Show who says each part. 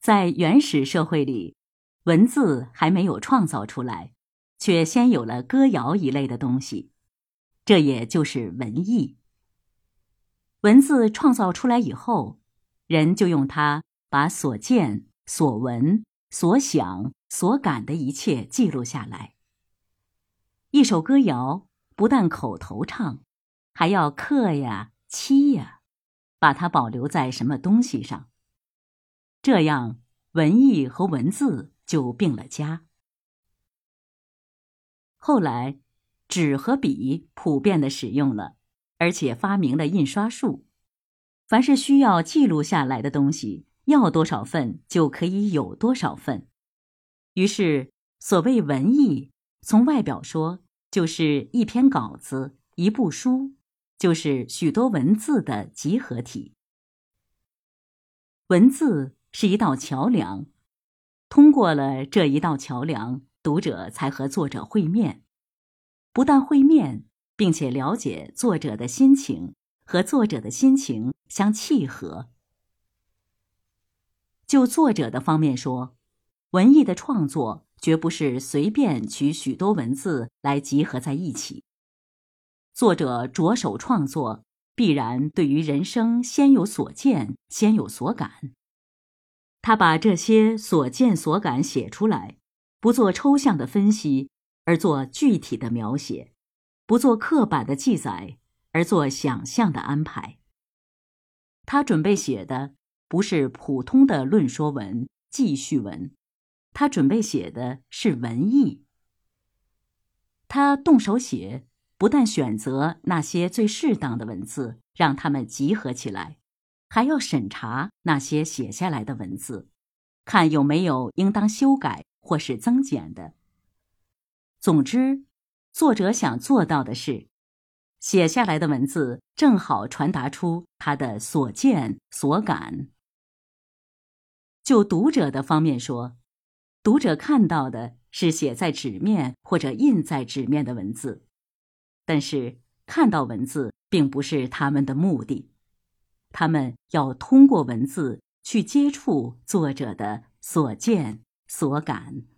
Speaker 1: 在原始社会里，文字还没有创造出来，却先有了歌谣一类的东西，这也就是文艺。文字创造出来以后，人就用它把所见、所闻、所想、所感的一切记录下来。一首歌谣不但口头唱，还要刻呀、漆呀，把它保留在什么东西上。这样，文艺和文字就并了家。后来，纸和笔普遍地使用了，而且发明了印刷术。凡是需要记录下来的东西，要多少份就可以有多少份。于是，所谓文艺，从外表说，就是一篇稿子、一部书，就是许多文字的集合体。文字是一道桥梁，通过了这一道桥梁，读者才和作者会面。不但会面，并且了解作者的心情，和作者的心情相契合。就作者的方面说，文艺的创作绝不是随便取许多文字来集合在一起。作者着手创作，必然对于人生先有所见，先有所感。他把这些所见所感写出来，不做抽象的分析，而做具体的描写；不做刻板的记载，而做想象的安排。他准备写的不是普通的论说文、记叙文，他准备写的是文艺。他动手写，不但选择那些最适当的文字，让它们集合起来，还要审查那些写下来的文字，看有没有应当修改或是增减的。总之，作者想做到的是，写下来的文字正好传达出他的所见所感。就读者的方面说，读者看到的是写在纸面或者印在纸面的文字，但是看到文字并不是他们的目的，他们要通过文字去接触作者的所见所感。